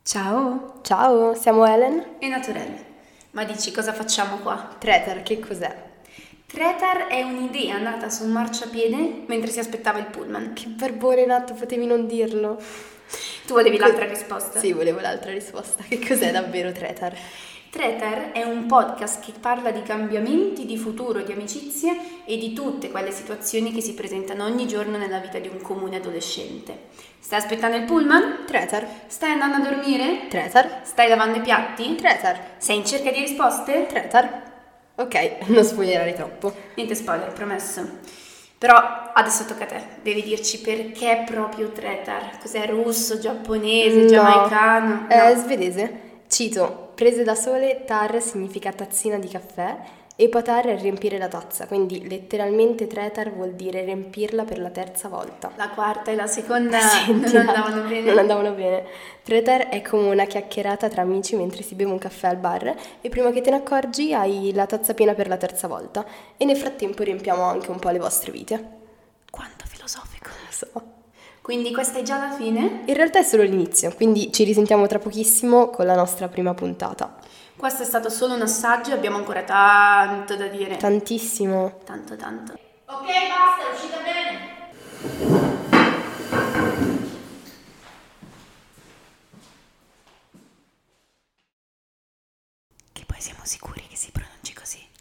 Ciao, Ciao, siamo Helen. è Naturelle. Ma dici cosa facciamo qua? Treter, che cos'è? Tretar è un'idea nata su un marciapiede mentre si aspettava il pullman. Che barbone in atto, potevi non dirlo. Tu volevi Co- l'altra risposta? Sì, volevo l'altra risposta. Che cos'è davvero Treter? Tretar è un podcast che parla di cambiamenti, di futuro, di amicizie e di tutte quelle situazioni che si presentano ogni giorno nella vita di un comune adolescente. Stai aspettando il pullman? Treter? Stai andando a dormire? Treter? Stai lavando i piatti? Treter? Sei in cerca di risposte? Treter? Ok, non spoilerare troppo. Niente spoiler, promesso. Però adesso tocca a te, devi dirci perché proprio Tretar. Cos'è russo, giapponese, giamaicano? È No. svedese. Cito, prese da sole, tar significa tazzina di caffè e patar è riempire la tazza, quindi letteralmente tretar vuol dire riempirla per la terza volta. La quarta e la seconda Senti, non andavano bene. Non andavano bene. Tretar è come una chiacchierata tra amici mentre si beve un caffè al bar e prima che te ne accorgi hai la tazza piena per la terza volta e nel frattempo riempiamo anche un po' le vostre vite. Quanto filosofico. Lo so. Quindi questa è già la fine? In realtà è solo l'inizio, quindi ci risentiamo tra pochissimo con la nostra prima puntata. Questo è stato solo un assaggio, abbiamo ancora tanto da dire. Tantissimo. Tanto, tanto. Ok, basta, è uscita bene. Che poi siamo sicuri che si pronunci così.